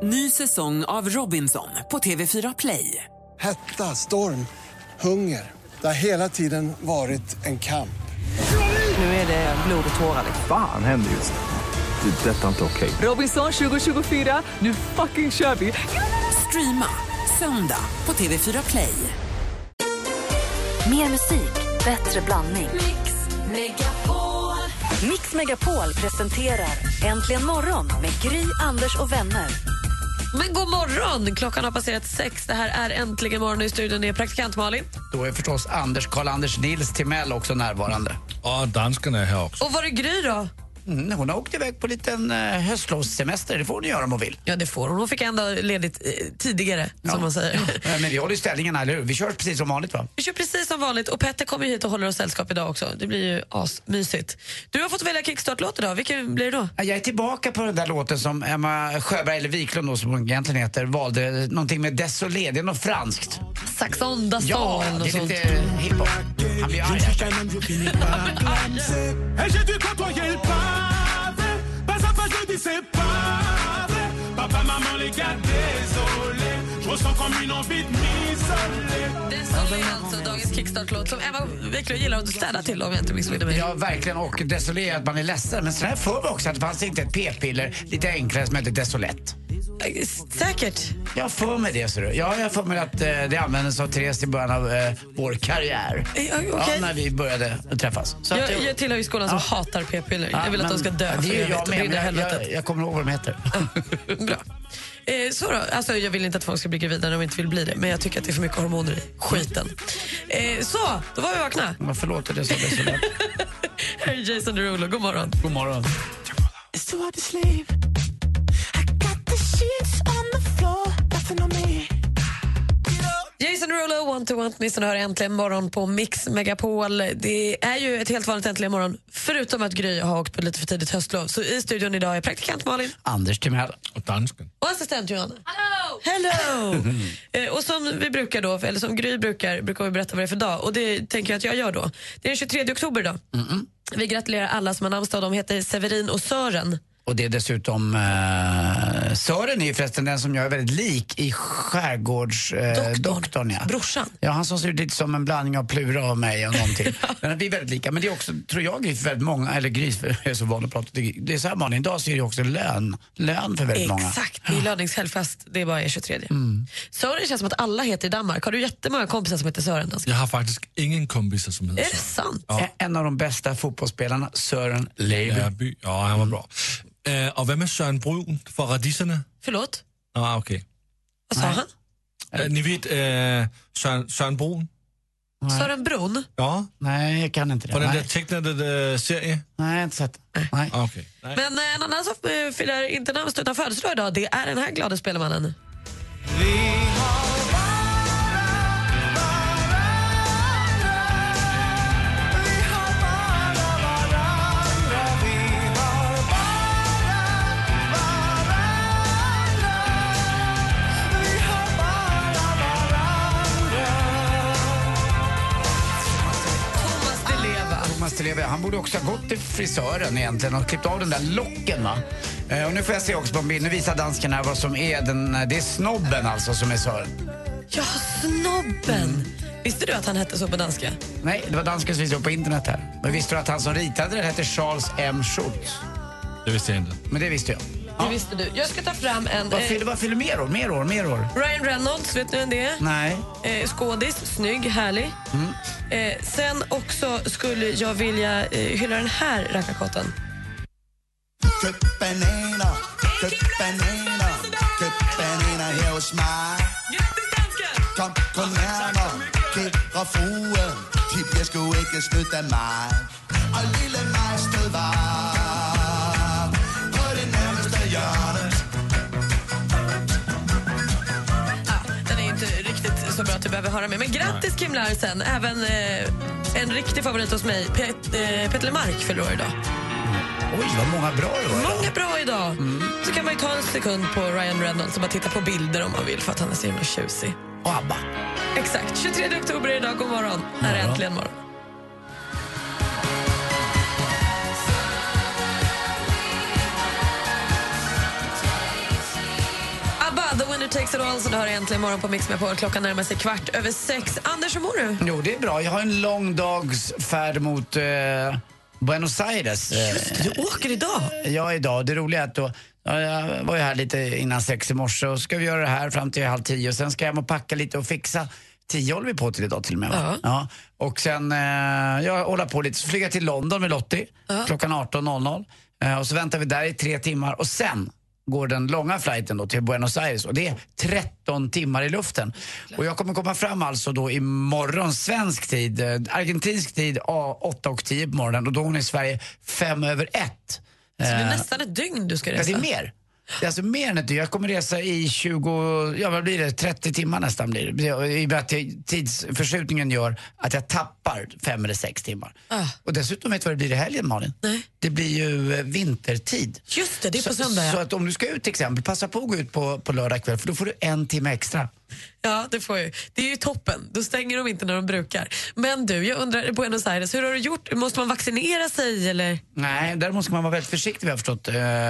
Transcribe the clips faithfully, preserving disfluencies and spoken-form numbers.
Ny säsong av Robinson på T V fyra Play. Hetta, storm, hunger. Det har hela tiden varit en kamp. Nu är det blod och tårar. Fan händer just det. Det är detta inte okej. Robinson tjugo tjugofyra, nu fucking kör vi. Streama söndag på T V fyra Play. Mer musik, bättre blandning. Mix Megapol. Mix Megapol presenterar Äntligen morgon med Gry, Anders och vänner. Men god morgon, klockan har passerat sex. Det här är Äntligen morgon i studion. Det är praktikant Malin. Då är förstås Anders, Karl-Anders Nils Timell också närvarande. Och danskarna är här också. Och var är Gry då? Mm, hon har åkt iväg på en liten eh, höstlovssemester. Det får hon göra om hon vill. Ja, det får hon. Hon fick ändå ledigt eh, tidigare, Ja. som man säger. Ja, men vi håller ju ställningarna, eller hur? Vi kör precis som vanligt, va? Vi kör precis som vanligt. Och Petter kommer hit och håller oss sällskap idag också. Det blir ju asmysigt. Du har fått välja kickstart-låt idag. Vilken blir det då? Jag är tillbaka på den där låten som Emma Sjöberg, eller Wiklund då, som hon egentligen heter, valde någonting med Désolé. Det är något franskt. Saxon da Ja, Stan det och är sånt. lite hiphop. Han blir arg. Désolé är alltså dagens kickstart-låt som Emma Wiklund gillar att städa till, om jag inte missminner mig. Ja, verkligen. Och Désolé är att man är ledsen. Men sen här för mig också att det fanns inte ett p-piller lite enklare som heter Desolett. Säkert. Jag får med det, så du. Ja, jag får med att eh, det användes av Therese i början av eh, vår karriär. Eh, okay. Ja, när vi började träffas. Så jag, att, jag tillhör ju skolan som Ja. hatar p-piller. Ja, jag vill att men- de ska dö Ja, det för är ju evigt jag och med, brinna i men jag, helvetet. jag, jag kommer ihåg vad de heter. Bra. Eh, så då, alltså jag vill inte att folk ska bli gravida när de inte vill bli det, men jag tycker att det är för mycket hormoner i skiten. Eh, så, då var vi vakna. Men förlåt det så det så lätt. Här är Jason Derulo, god morgon. God morgon. Jason Derulo, Want to Want Me, som hör Äntligen morgon på Mix Megapol. Det är ju ett helt vanligt Äntligen morgon, förutom att Gry har åkt på lite för tidigt höstlov. Så i studion idag är praktikant Malin. Anders Timell. Och dansken. Och assistent Johanna. Hello! Hello! eh, och som vi brukar då, eller som Gry brukar, brukar vi berätta vad det är för dag. Och det tänker jag att jag gör då. Det är den tjugotredje oktober idag. Mm-mm. Vi gratulerar alla som har namnsdag. De heter Severin och Sören. Och det är dessutom eh, Sören är ju förresten den som jag är väldigt lik i skärgårds eh, Doktorn. doktorn ja. Brorsan. Ja, han som ser ut lite som en blandning av Plura och mig och någonting. Men vi är väldigt lika. Men det är också, tror jag, Gry för väldigt många, eller Gry för jag är så van att prata. Det är så här, man, idag så är det också lön. Lön för väldigt många. Exakt, det är löningshelg fast det är bara tjugotredje. Mm. Sören känns som att alla heter i Danmark. Har du jättemånga kompisar som heter Sören? Jag har faktiskt ingen kompisar som heter Är det sant? Ja. En av de bästa fotbollsspelarna, Sören Leiby. Lärby. Ja, han var bra. Eh, och vem är Søren Brun för radisserna? Förlåt? Ah, okej. Okay. Vad sa Nej. han? Eh, ni vet eh, Søren, Søren Brun? Sören Brun? Ja, Nej, jag kan inte det. på den Nej. där tecknade serien? Nej, jag har inte sett det. Nej. Ah, okej. Okay. Men eh, en annan som eh, firar inte namnsdag utan födelsedag idag, det är den här glada spelmannen. Thomas Di Leva. Thomas Di Leva, han borde också ha gått till frisören egentligen och klippt av den där locken, va? Eh, och nu får jag se också på en bild, nu visar dansken här vad som är den, det är snobben alltså som är Sören. Ja, snobben. Visste du att han hette så på danska? Nej, det var dansken som visade upp på internet här. Men visste du att han som ritade det hette Charles M. Schultz? Det visste jag inte. Men det visste jag. Det visste du. Jag ska ta fram en... Vad Eh, fyller, vad fyller mer år? Mer år, mer år? Ryan Reynolds, vet ni vem det är? Nej. Eh, skådis, snygg, härlig. Mm. Eh, sen också skulle jag vilja eh, hylla den här rackarkotten. Køb bananer, køb bananer, køb bananer her hos mig. Grattis dansken! Kom, kom nærmere, kære frue, de bliver sgu ikke snydt af mig. Og lille mig stod var på det nærmeste hjørne. Ah, den är inte riktigt så bra att du behöver höra med. Men grattis Kim Larsen, även eh, en riktig favorit hos mig. Pet, eh, Petter Lemark fyller år idag. Oj, vad många bra det var. Många bra idag. Mm. Så kan man ju ta en sekund på Ryan Reynolds och bara titta på bilder om man vill, för att han är så himla tjusig. Och ABBA. Exakt, tjugotredje oktober idag, god morgon. Här är Äntligen morgon. The Winner Takes It All, så du har äntligen morgon på Mix med på. Klockan närmar sig kvart över sex. Anders, hur mår du? Jo, det är bra. Jag har en lång dags färd mot eh, Buenos Aires. Just det, du åker idag. Ja, idag. Det roliga är att då, ja, jag var ju här lite innan sex i morse och ska vi göra det här fram till halv tio och sen ska jag hem och packa lite och fixa. Tio håller vi på till idag till och med, va? Uh-huh. Ja. Och sen, eh, jag håller på lite, så flyger jag till London med Lottie uh-huh. klockan arton noll noll. Eh, och så väntar vi där i tre timmar och sen går den långa flighten då till Buenos Aires och det är tretton timmar i luften. Och jag kommer komma fram alltså då imorgon svensk tid, eh, argentinsk tid åtta och tio på morgonen och då hon är i Sverige fem över ett. Så det är nästan ett dygn du ska resa? Ja, det är mer. Det är alltså mer än ett dygn. Jag kommer resa i tjugo, ja vad blir det, trettio timmar nästan blir det. I och med att jag, tidsförskjutningen gör att jag tappar fem eller sex timmar. Ah. Och dessutom vet du vad det blir i helgen, Malin? Nej. Det blir ju vintertid. Just det, det är på så, söndag. Ja. Så att om du ska ut till exempel, passa på att gå ut på, på lördag kväll för då får du en timme extra. Ja, det får jag. Det är ju toppen. Då stänger de inte när de brukar. Men du, jag undrar, på Buenos Aires, hur har du gjort? Måste man vaccinera sig eller? Nej, däremot ska man vara väldigt försiktig, vi har förstått,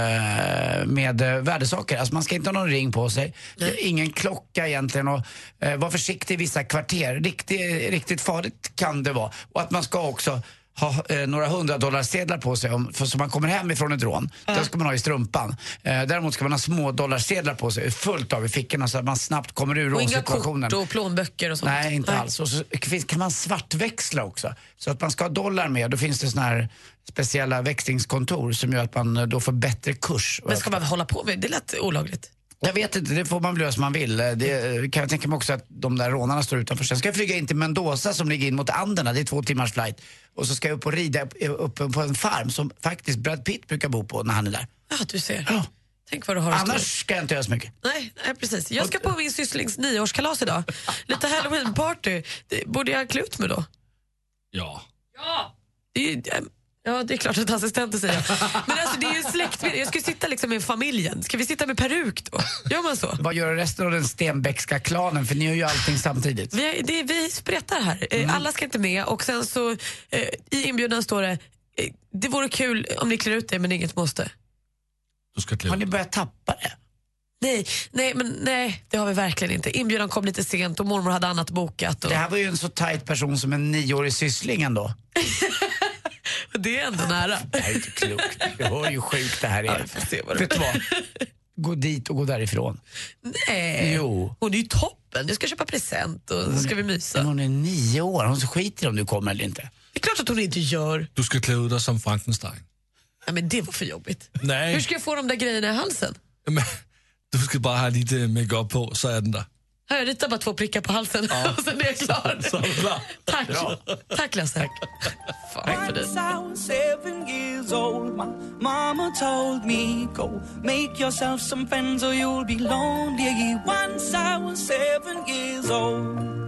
med värdesaker. Alltså man ska inte ha någon ring på sig. Ingen klocka egentligen och vara försiktig i vissa kvarter. Riktigt, riktigt farligt kan det vara. Och att man ska också ha eh, några hundradollarsedlar på sig om, för så man kommer hem ifrån ett rån. Uh. Det ska man ha i strumpan. Eh, däremot ska man ha små dollarsedlar på sig fullt av i fickorna så att man snabbt kommer ur rånsituationen. Och inga kort och plånböcker och sånt? Nej, inte Nej. alls. Och så kan man svartväxla också. Så att man ska ha dollar med. Då finns det såna här speciella växlingskontor som gör att man då får bättre kurs. Men ska man hålla på med? Det är lätt olagligt. Jag vet inte, det får man bli som man vill. Det kan jag tänka mig också att de där rånarna står utanför. Sen ska jag flyga in till Mendoza som ligger in mot Anderna, det är två timmars flight. Och så ska jag upp och rida upp på en farm som faktiskt Brad Pitt brukar bo på när han är där. Ja, du ser. Ja. Tänk vad du har. Annars ska jag inte göra så mycket. Nej, nej, precis. Jag ska på min sysslings nioårskalas idag. Lite Halloween-party. Det borde jag klä ut med då? Ja. Ja! Det är, ja, det är klart att assistenten säger. Men alltså det är ju släktmedel. Jag ska sitta liksom med familjen. Ska vi sitta med peruk då? Gör man så? Vad gör resten av den Stenbäckska klanen? För ni gör ju allting samtidigt. Vi, det, vi spretar här. Mm. Alla ska inte med. Och sen så eh, i inbjudan står det eh, det vore kul om ni klär ut det, men inget måste. Du ska klä har ni börjat tappa det? Nej, nej, men nej, det har vi verkligen inte. Inbjudan kom lite sent och mormor hade annat bokat. Och... Det här var ju en så tajt person som en nioårig syssling ändå. Det är ändå nära. Det här är inte klokt. Jag hör ju sjukt det här är. Ja, vet du vad? Gå dit och gå därifrån. Nej, jo. Hon är ju toppen. Du ska köpa present och så ska vi mysa. Men hon är nio år. Hon så skiter om du kommer eller inte. Det är klart att hon inte gör. Du ska klä ut dig som Frankenstein. Ja, men det var för jobbigt. Nej. Hur ska jag få de där grejerna i halsen? Men, du ska bara ha lite makeup på, så är den där. Här, jag ritar bara två prickar på halsen ja. Och sen är jag klar. Tack. Bra. Tack Lasse. Tack. Fan för det. Seven years old, my mama told me go make yourself some friends or you'll be lonely. Once I was seven years old.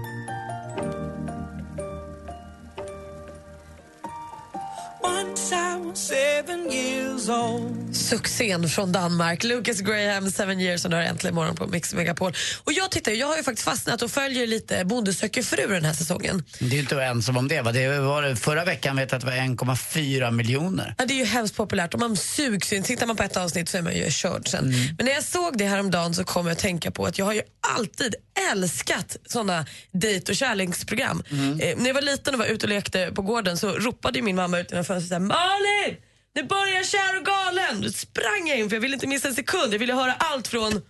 Once I was seven years old. Succén från Danmark, Lucas Graham, Seven years, som du har äntligen morgon på Mix Megapol. Och jag tittar, jag har ju faktiskt fastnat och följer lite Bonde söker fru den här säsongen. Det är inte ensam om det, va? Det var förra veckan vet jag att det var en komma fyra miljoner. Ja, det är ju hemskt populärt och man sugs in. Tittar man på ett avsnitt så är man ju körd sen. Mm. Men när jag såg det häromdagen så kom jag att tänka på att jag har ju alltid älskat såna dejt- och kärleksprogram. Mm. Eh, när jag var liten och var ute och lekte på gården så ropade min mamma ut genom fönstret så här: Malin! Nu börjar Kär och galen! Då sprang jag in för jag ville inte missa en sekund. Jag ville höra allt från...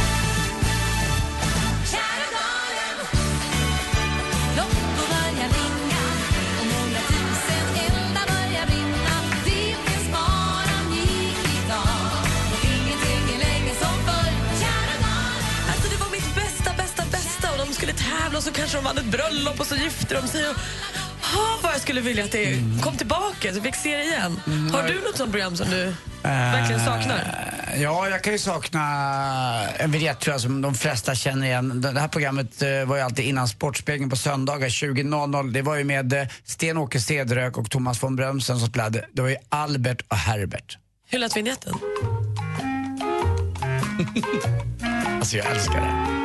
tävla och så kanske de vann ett bröllop och så gifter de sig och oh, vad jag skulle vilja att det kom tillbaka så fick se det igen. Mm. Har du något sånt program som du uh, verkligen saknar? Ja, jag kan ju sakna en vignett tror jag som de flesta känner igen. Det här programmet uh, var ju alltid innan Sportspegeln på söndagar tjugo noll noll. Det var ju med uh, Sten-Åke Cederök och Thomas von Brömsen som spelade. Det var ju Albert och Herbert. Hur lät vignetten? Alltså jag älskar det.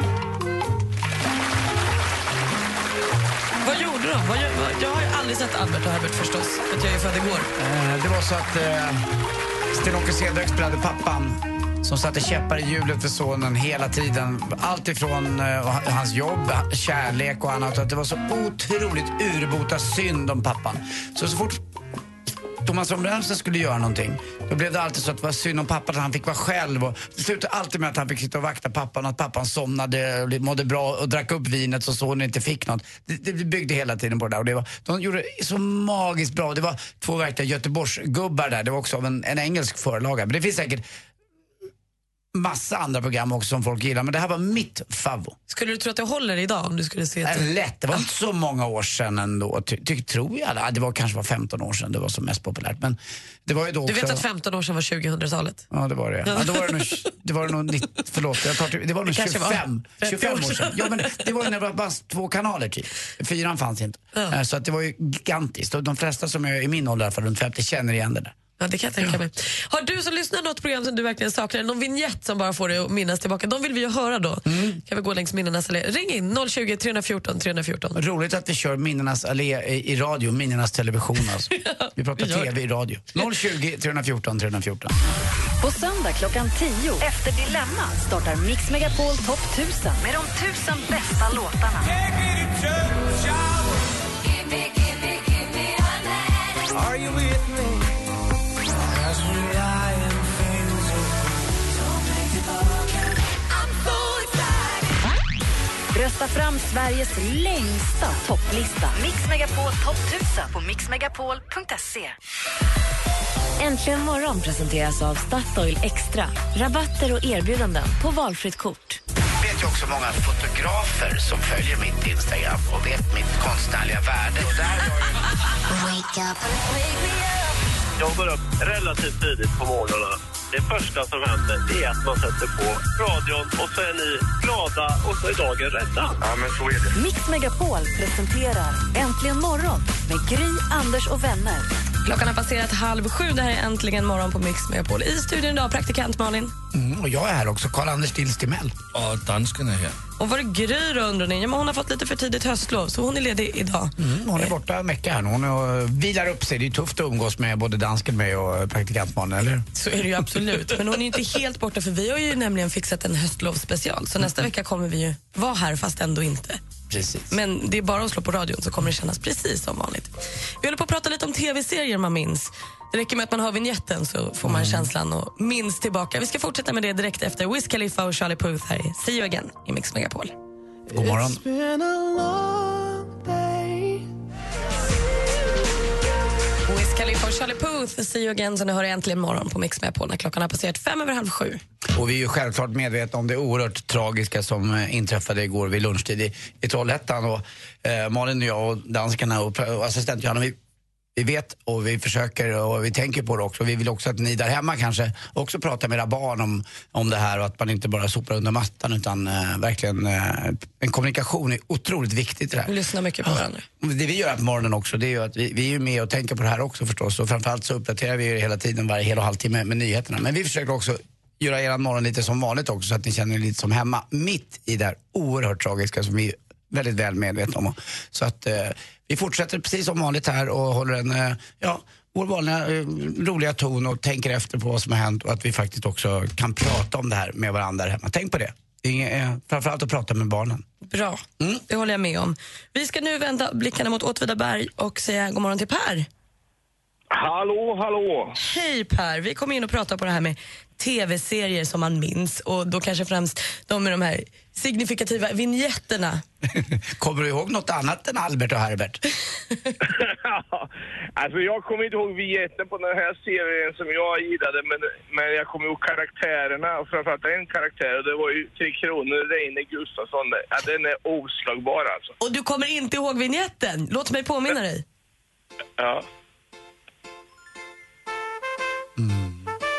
Vad gjorde de? Vad, vad, jag har ju aldrig sett Albert och Herbert förstås, för att jag är född igår. Eh, det var så att eh, Sten-Åke Cederök spelade pappan som satte käppar i hjulet för sonen hela tiden. Allt ifrån uh, hans jobb, kärlek och annat. Att det var så otroligt urbota synd om pappan. Så så fort Thomas Rombremsen skulle göra någonting, då blev det alltid så att det var synd om pappan, att han fick vara själv. Och det slutade alltid med att han fick sitta och vakta pappan, och att pappan somnade, mådde bra och drack upp vinet så sonen inte fick något. Det, det byggde hela tiden på det där. Och det var, de gjorde det så magiskt bra. Det var två verkliga Göteborgsgubbar där. Det var också av en, en engelsk förlaga. Men det finns säkert massa andra program också som folk gillar, men det här var mitt favvo. Skulle du tro att det håller idag om du skulle se det? Lätt, det var inte så många år sedan ändå, ty, ty, tror jag. Det var kanske var femton år sedan det var som mest populärt, men det var ju då Du också... vet att femton år sedan var tjugohundratalet? Ja, det var det. Ja, då var det nog, det var det nog nittio, förlåt, jag tar till, det var nog det tjugofem, var tjugofem år sedan. Ja, men det, det var ju när det var bara två kanaler typ. Fyran fanns inte. Ja. Så att det var ju gigantiskt, och de flesta som är i min ålder, i alla fall runt femtio, känner igen det där. Ja, det kan jag tänka mig. Har du som lyssnar något program som du verkligen saknar, någon vignett som bara får dig att minnas tillbaka, de vill vi ju höra då. Mm. Kan vi gå längs minnenas allé? Ring in noll tjugo, tre fjorton, tre fjorton. Roligt att vi kör minnenas allé i, i radio, minnenas television alltså. Ja, vi pratar vi tv i radio. noll tjugo, tre fjorton, tre fjorton. På söndag klockan tio efter Dilemma startar Mix Megapol Top tusen med de tusen bästa låtarna. Are you with me? Rösta fram Sveriges längsta topplista. Mix Megapol Top tusen på mix megapol punkt se. Äntligen morgon presenteras av Statoil Extra. Rabatter och erbjudanden på valfritt kort. Jag vet ju också många fotografer som följer mitt Instagram och vet mitt konstnärliga värde. Och där jag... Jag går upp relativt tidigt på morgonen. Det första som händer är att man sätter på radion och så är ni glada och så är dagen rädda. Ja, men så är det. Mix Megapol presenterar Äntligen morgon med Gry, Anders och vänner. Klockan har passerat halv sju. Det här är Äntligen morgon på Mix Megapol. I studion idag, praktikant Malin. Mm, och jag är här också, Karl-Anders Stilstimell. Och dansken är här. Och var det Gry då, undrar ni? Ja, men hon har fått lite för tidigt höstlov, så hon är ledig idag. Mm, hon är borta en vecka här. Hon är, vilar upp sig. Det är tufft att umgås med både dansken med och praktikant Malin, eller? Så är det ju absolut. Men hon är ju inte helt borta, för vi har ju nämligen fixat en höstlovsspecial. Så nästa vecka kommer vi ju vara här, fast ändå inte. Precis. Men det är bara att slå på radion så kommer det kännas precis som vanligt. Vi håller på att prata lite om tv-serier man minns. Det räcker med att man hör vignetten så får man mm. känslan och minns tillbaka. Vi ska fortsätta med det direkt efter Wiz Khalifa och Charlie Puth här i See You Again i Mix Megapol. God morgon. Wiz Khalifa och Charlie Puth, See You Again, så nu hör jag äntligen morgon på Mix Megapol när klockan har passerat fem över halv sju. Och vi är ju självklart medvetna om det oerhört tragiska som inträffade igår vid lunchtid i, i Trollhättan. Och, eh, Malin och jag och danskarna och, och assistent Johanna, vi, vi vet och vi försöker och vi tänker på det också. Vi vill också att ni där hemma kanske också pratar med era barn om, om det här, och att man inte bara sopar under mattan, utan eh, verkligen eh, en kommunikation är otroligt viktigt det här. Lyssna mycket på varandra. Det vi gör på morgonen också, det är ju att vi, vi är ju med och tänker på det här också förstås, och framförallt så uppdaterar vi ju hela tiden, varje hel och halvtimme med nyheterna. Men vi försöker också göra er morgon lite som vanligt också, så att ni känner er lite som hemma mitt i det här oerhört tragiska som vi är väldigt väl medvetna om. Så att eh, vi fortsätter precis som vanligt här och håller en, eh, ja, vår vanliga eh, roliga ton och tänker efter på vad som har hänt, och att vi faktiskt också kan prata om det här med varandra hemma. Tänk på det. Det är eh, framförallt att prata med barnen. Bra, mm. det håller jag med om. Vi ska nu vända blickarna mot Åtvidaberg och säga god morgon till Per. Hallå, hallå. Hej Per, vi kommer in och prata på det här med tv-serier som man minns, och då kanske främst de med de här signifikativa vignetterna. Kommer du ihåg något annat än Albert och Herbert? Alltså jag kommer inte ihåg vignetten på den här serien som jag gillade, men, men jag kommer ihåg karaktärerna, och framförallt en karaktär, och det var ju Tre Kronor, Reine Gustafsson. Ja, den är oslagbar alltså. Och du kommer inte ihåg vignetten? Låt mig påminna dig. Ja. Mm.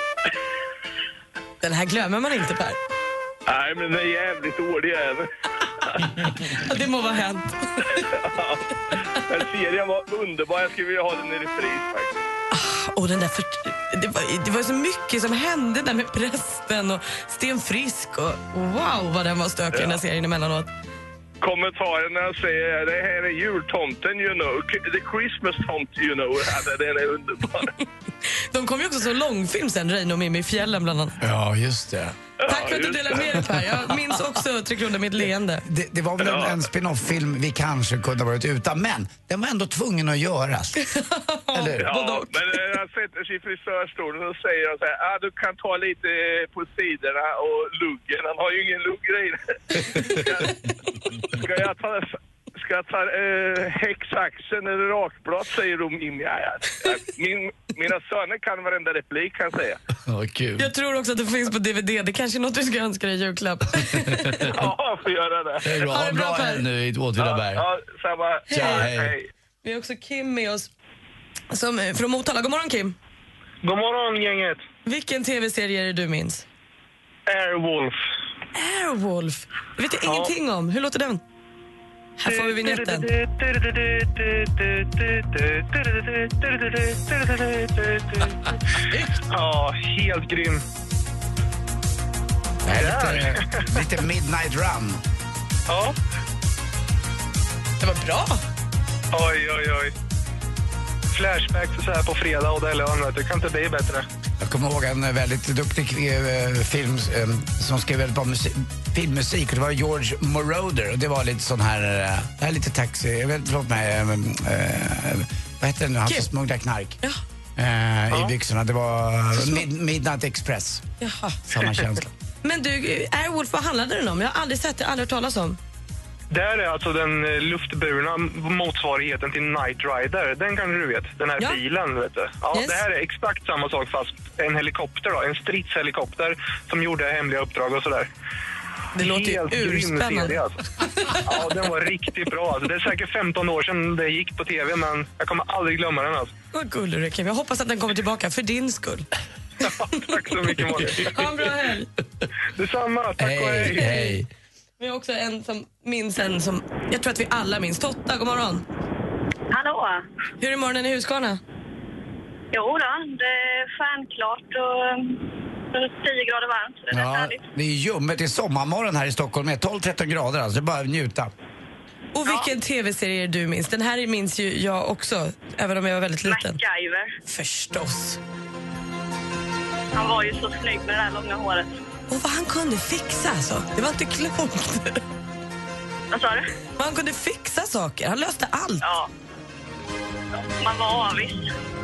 Den här glömmer man inte, Per. Nej, men den är jävligt dålig även. Ja, det må vara hänt. Ja, den serien var underbar. Jag skulle vilja ha den i repris faktiskt. Ah, och den där för... det, var, det var så mycket som hände där med prästen och Sten Frisk. Och wow, vad den var stökig, ja. Den där serien emellanåt. kommentaren när han säger det här är jultomten, you know. The Christmas tomt, you know. Ja, den är underbar. De kom ju också så långfilm sen, Reino och Mimmi i fjällen bland annat. Ja, just det. Tack för att du delade med dig, Per. Jag minns också Tre Kronor med ett leende. Det, det var väl en, en spin-off-film vi kanske kunde ha varit utan, men den var ändå tvungen att göras. Eller? Ja, men när han sätter sig i frisörstolen och säger han så här, ah, du kan ta lite på sidorna och luggen. Han har ju ingen lugggrej. ska, ska jag ta... Ska jag ta äh, häxaxeln eller rakblad, säger de in. Ja, ja. Min, mina söner kan varenda replik, kan säga. Oh, kul. Jag tror också att det finns på D V D. Det kanske är något du ska önska dig i julklapp. Ja, får göra det. Det är bra. Ha en bra helg nu i Åtvidaberg. Ja, ja, samma. Tja, hej. hej. Vi har också Kim med oss som, från Motala. God morgon, Kim. God morgon, gänget. Vilken tv-serie är det du minns? Airwolf. Airwolf? Det vet jag ja. ingenting om. Hur låter den? Här får vi vignetten. Ja, helt grym. Det är lite, lite Midnight Run. Ja. Det var bra. Oj, oj, oj. Flashbacks och så här på fredag och det är lön. Det kan inte bli bättre. Jag kommer ihåg en väldigt duktig eh, film eh, som skrev väldigt bra musik, filmmusik. Och det var George Moroder. Och det var lite sån här... Eh, det här är lite taxi... Jag vet, förlåt mig. Eh, eh, vad heter det nu? Han som smugglar knark. Ja. Eh, ja. I byxorna. Det var Mid, Midnight Express. Jaha. Samma känsla. Men du, Airwolf, vad handlade den om? Jag har aldrig sett det, aldrig hört talas om. Det här är alltså den luftburna motsvarigheten till Knight Rider. Den kanske du vet. Den här ja. bilen, vet du. Ja, yes. Det här är exakt samma sak fast en helikopter då. En stridshelikopter som gjorde hemliga uppdrag och sådär. Det låter ju urspännande. Alltså. Ja, den var riktigt bra. Alltså, det är säkert femton år sedan det gick på tv, men jag kommer aldrig glömma den. Alltså. Vad gullig du är, Kim. Jag hoppas att den kommer tillbaka för din skull. Ja, tack så mycket, Molly. Ha en bra helg. Detsamma, tack hej, och hej. hej. Vi har också en som minns en som jag tror att vi alla minns. Totta, god morgon. Hallå. Hur är morgonen i Huskvarna? Jo då, det är stjärnklart och tio grader varmt. Så det är ja, härligt. det är ljummet. Det är sommarmorgon här i Stockholm med tolv tretton grader. Alltså det är bara att njuta. Och vilken ja. tv-serie du minns? Den här minns ju jag också, även om jag var väldigt liten. MacGyver. Förstås. Han var ju så snygg med det här långa håret. Och vad han kunde fixa alltså. Det var inte klokt. Vad sa du? Vad han kunde fixa saker. Han löste allt. Ja. Man var avis.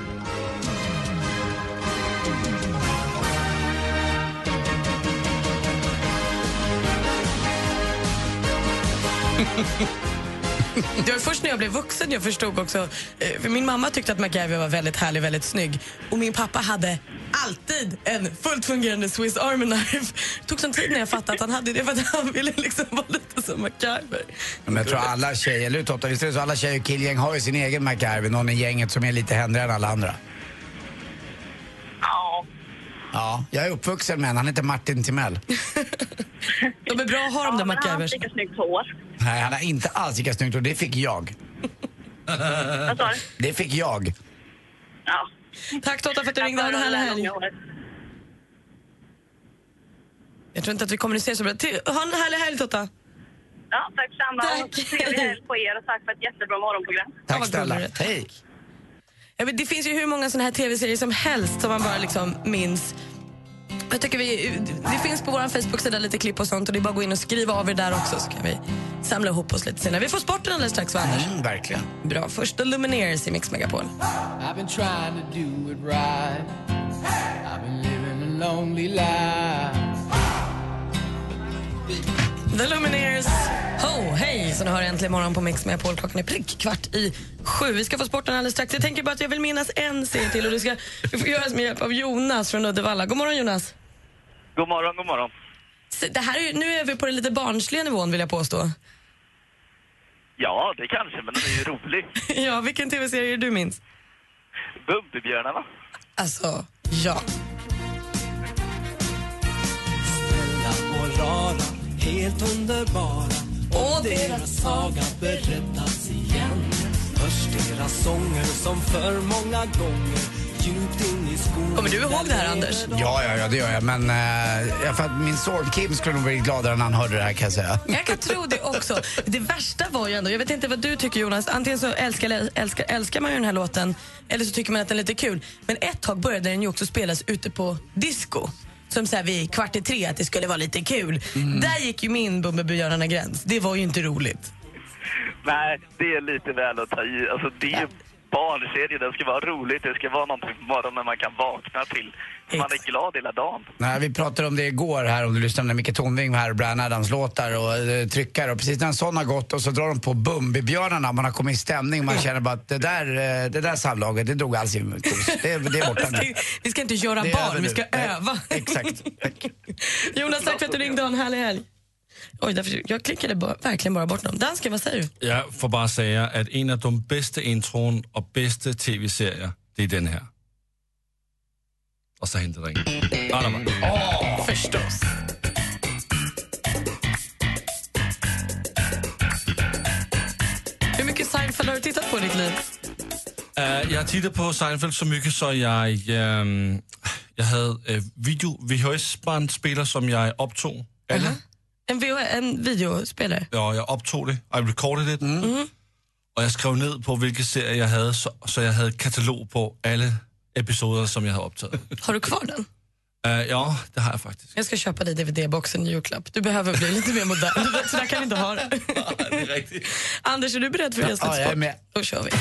Det var först när jag blev vuxen jag förstod också. För min mamma tyckte att MacGyver var väldigt härlig, väldigt snygg. Och min pappa hade alltid en fullt fungerande Swiss Army knife. Det tog sån tid när jag fattade att han hade det för att han ville liksom vara lite som MacGyver. Men jag tror alla tjejer, eller Totta, visst är det så, alla tjejer och killgäng har ju sin egen MacGyver. Någon i gänget som är lite händigare än alla andra. Ja. Ja, jag är uppvuxen med en, han heter Martin Timell. De är bra att ha de där MacGyvers. Han har inte lika snyggt hår. Nej, han har inte alls lika snyggt och det fick jag. Vad sa du? Det fick jag. Ja. Tack Totta för att du ringde. Ha en härlig helg. Jag tror inte att vi kommunicerar så bra. Ha en härlig helg Totta. Ja, tack samma. Tack. Och trevlig helg på er och tack för ett jättebra morgonprogram. Tack snälla. Hej. Ja, men det finns ju hur många såna här tv-serier som helst som man bara liksom minns. Jag tycker vi, det finns på vår Facebook-sida lite klipp och sånt och det är bara att gå in och skriva av er där också så kan vi samla ihop oss lite senare. Vi får sporten alldeles strax, va, Anders? Mm, verkligen. Bra, först The Lumineers i Mix Megapol. I've been trying to do it right. I've been living a lonely life. The Lumineers. Ho, hej! Så nu har jag äntligen morgon på Mix Megapol. Klockan är prick kvart i sju. Vi ska få sporten alldeles strax. Jag tänker bara att jag vill minnas en serie till och det ska vi får göras med hjälp av Jonas från Uddevalla. God morgon Jonas. God morgon, god morgon. Så det här är, nu är vi på den lite barnsliga nivån vill jag påstå. Ja, det kanske, men den är ju rolig. Ja, vilken tv-serie är du minns? Bumbibjörnarna. Alltså, ja. Snälla och rara, helt underbara. Och deras saga berättas igen. Hörs deras sånger som för många gånger Kommer du ihåg det här, Anders? Ja, ja, ja det gör jag. Men äh, för att min son Kim skulle nog bli gladare när han hörde det här, kan jag säga. Jag kan tro det också. Det värsta var ju ändå, jag vet inte vad du tycker, Jonas. Antingen så älskar, älskar, älskar man ju den här låten, eller så tycker man att den är lite kul. Men ett tag började den ju också spelas ute på disco. Som så här vid kvart i tre, att det skulle vara lite kul. Mm. Där gick ju min Bumbibjörnarna gräns. Det var ju inte roligt. Nej, det är lite väl att ta i. Alltså det är ju barnserie, det ska vara roligt. Det ska vara någonting på morgonen när man kan vakna till. Så man är glad hela dagen. Nej, vi pratade om det igår här, om du lyssnade med Micke Tornving här och Brian Adams låtar och eh, tryckare. Och precis när en sån har gått och så drar de på Bumbibjörnarna. Man har kommit i stämning. Man känner bara att det där, eh, det där samlaget, det drog alls i kos. Det, det är borta nu. Vi ska inte göra det barn, vi ska Nej. öva. Exakt. Tack. Jonas, tack för att du ringde. En härlig helg. Oj, därför, jag klickade bara, verkligen bara bort dem. Danska, vad säger du? Jag får bara säga att en av de bästa intron och bästa tv-serier, det är den här. Och så händer det inget. Anna, Åh, förstås. Hur mycket Seinfeld har du tittat på i ditt liv? Uh, jag tittar på Seinfeld så mycket så jag, um, jag hade uh, video, V H S-bandspelare som jag upptog. Alla. Uh-huh. En, V H S, en videospelare? Ja, jag upptog det. I recorded it. Mm. Mm. Och jag skrev ned på vilka serier jag hade, så, så jag hade katalog på alla episoder som jag hade upptagit. Har du kvar den? Uh, ja, det har jag faktiskt. Jag ska köpa dig D V D-boxen i julklapp. Du behöver bli lite mer modern. Så där kan vi inte ha det. Ja, det är riktigt. Anders, är du beredd för Resligt ja, jag är med. Då kör vi.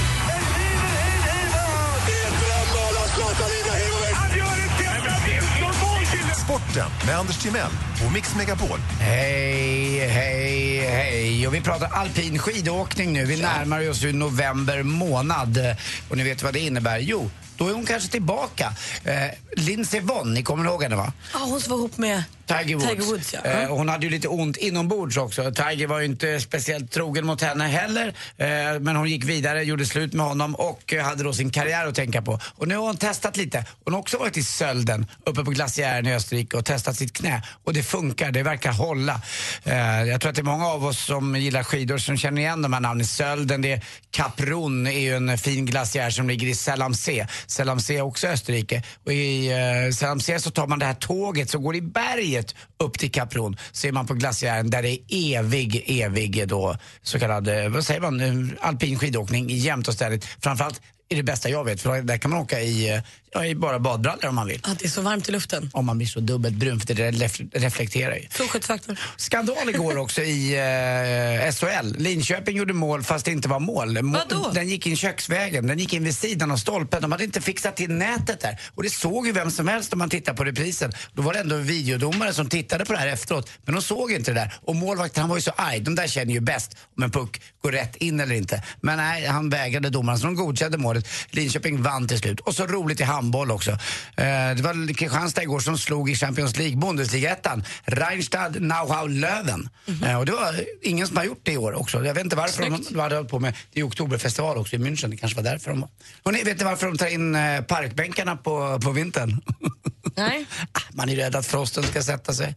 Sporten med Anders Timell och Mix Megapol. Hej, hej, hej. Och vi pratar alpin skidåkning nu. Vi närmar oss ju november månad. Och ni vet vad det innebär? Jo, då är hon kanske tillbaka. Eh, Lindsey Vonn, ni kommer ihåg henne va? Ja, hon var ihop med Tiger Woods. Tiger Woods ja. eh, och hon hade ju lite ont inombords också. Tiger var ju inte speciellt trogen mot henne heller. Eh, men hon gick vidare, gjorde slut med honom och eh, hade då sin karriär att tänka på. Och nu har hon testat lite. Hon har också varit i Sölden, uppe på glaciären i Österrike och testat sitt knä. Och det funkar, det verkar hålla. Eh, jag tror att det är många av oss som gillar skidor som känner igen de här namnen. Sölden, det är Kap Run är ju en fin glaciär som ligger i Selamsee. Selamsee är också Österrike. Och i eh, Selamsee så tar man det här tåget som går i berget upp till Kap Run. Så är man på glaciären där det är evig, evig då så kallad, vad säger man, alpin skidåkning jämt och ständigt. Framförallt är det bästa jag vet, för där kan man åka i, ja, i bara badbrallor om man vill. Ja, det är så varmt i luften. Om man blir så dubbelt brun, för det reflekterar ju. Solskyddsfaktor. Skandal igår också i eh, S H L. Linköping gjorde mål fast det inte var mål. Vadå? Den gick in köksvägen, den gick in vid sidan av stolpen. De hade inte fixat till nätet där. Och det såg ju vem som helst om man tittar på reprisen. Då var det ändå videodomare som tittade på det här efteråt. Men de såg inte det där. Och målvakten, han var ju så arg. De där känner ju bäst om en puck går rätt in eller inte. Men nej, han vägrade domaren, så de godkände målet. Linköping vann till slut. Och så roligt i handboll också. Eh, det var Kristianstad igår som slog i Champions League, Bundesliga-ettan. Rheinstad Nauhau Löwen. Mm-hmm. Eh, och det var ingen som har gjort det i år också. Jag vet inte varför Snyggt. de hade hållit på med det i oktoberfestival också i München. Det kanske var därför de var. Och ni vet varför de tar in eh, parkbänkarna på, på vintern? Nej. Man är rädd att frosten ska sätta sig.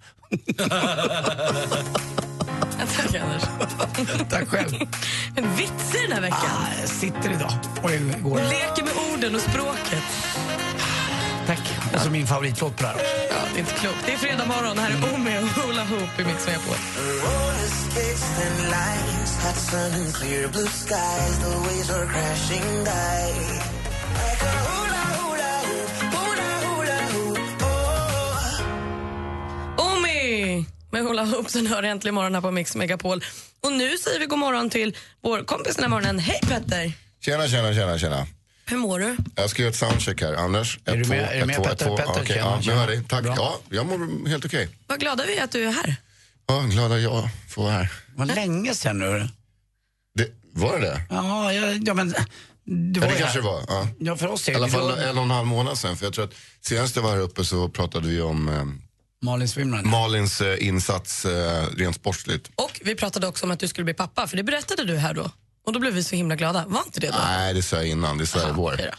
Tack Anders. Tack själv. En vits i den här veckan. Ah, jag sitter idag. Och igår. Du leker med orden och språket. Tack. Alltså min favoritlåt på det här. Ja, det är inte klokt. Det är fredag morgon. Det här är Omi och Hula Hoop i Mix Megapol. Omi med Hula Hoop, sen hör äntligen morgon här på Mix Megapol. Och nu säger vi god morgon till vår kompis den här morgonen. Hej Petter! Tjena, tjena, tjena, tjena. Hur mår du? Jag ska göra ett soundcheck här. Anders, är ett, du två, med, är du med ett, två, Petter? ett, två. Petter, Okej, tjena, ja, jag hör dig. Tack. Bra. Ja, jag mår helt okej. Okay. Vad glada vi är att du är här. Ja, glada jag får vara här. Vad länge sedan nu. Det, var det det? Ja, ja, ja men... Det, var ja, det kanske det var. Ja. Ja, för oss är I alla fall var... en och en halv månad sedan. För jag tror att senast jag var här uppe så pratade vi om eh, Malins Swimrun. Malins eh, insats eh, rent sportsligt. Och vi pratade också om att du skulle bli pappa, för det berättade du här då. Och då blev vi så himla glada. Var inte det då? Nej, det sa jag innan. Det sa jag igår.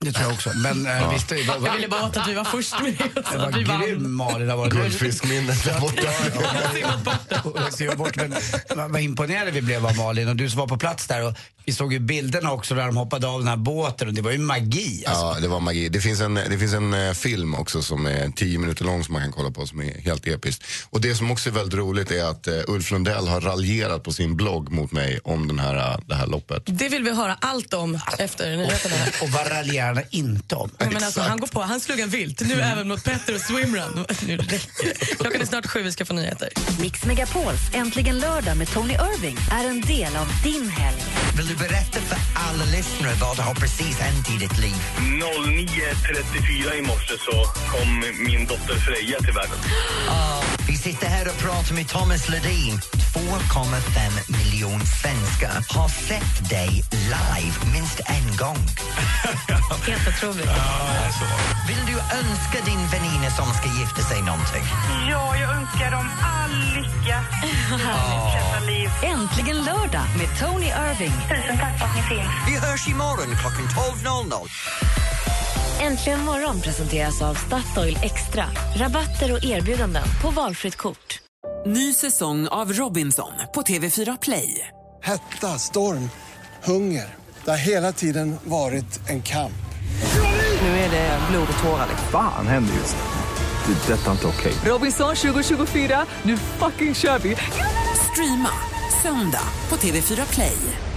Det tror jag också. Men ja. visst, det var, jag ville bara att vi var först med oss. Det var grym Malin. Det var guldfiskminnet där borta. Jag bort, men vad imponerade vi blev av Malin. Och du som var på plats där. Och vi såg ju bilderna också när de hoppade av den här båten. Och det var ju magi. Alltså. Ja, det var magi. Det finns en, det finns en uh, film också som är tio minuter lång som man kan kolla på som är helt episkt. Och det som också är väldigt roligt är att uh, Ulf Lundell har raljerat på sin blogg mot mig om den här, uh, det här loppet. Det vill vi höra allt om efter nyheterna. Och, och vad raljerar inte om? Ja, men alltså, han går på, han slog en vilt. Nu mm. även mot Petter och Swimrun. Nu räcker. Klockan är snart sju, vi ska få nyheter. Mix Megapols Äntligen lördag med Tony Irving är en del av din helg. Vill du berätta för alla lyssnare vad har precis hänt i ditt liv? nio trettiofyra i morse så kom min dotter Freja till världen. Uh, vi sitter här och pratar med Thomas Ledin. två komma fem miljoner svenskar har sett dig live minst en gång. Helt otroligt. Ja, så. Vill du önska din väninna som ska gifta sig någonting? Ja, jag önskar dem all lycka. Oh. Liv. Äntligen lördag med Tony Irving. Tusen tack för att ni finns. Vi hörs imorgon klockan tolv noll noll. Äntligen morgon presenteras av Statoil Extra. Rabatter och erbjudanden på valfritt kort. Ny säsong av Robinson på T V fyra Play. Hetta, storm, hunger. Det har hela tiden varit en kamp. Nu är det blod och tårar. Fan händer just det. Det är detta inte okej. Robinson tjugo tjugofyra, nu fucking kör vi. Streama söndag på T V fyra Play.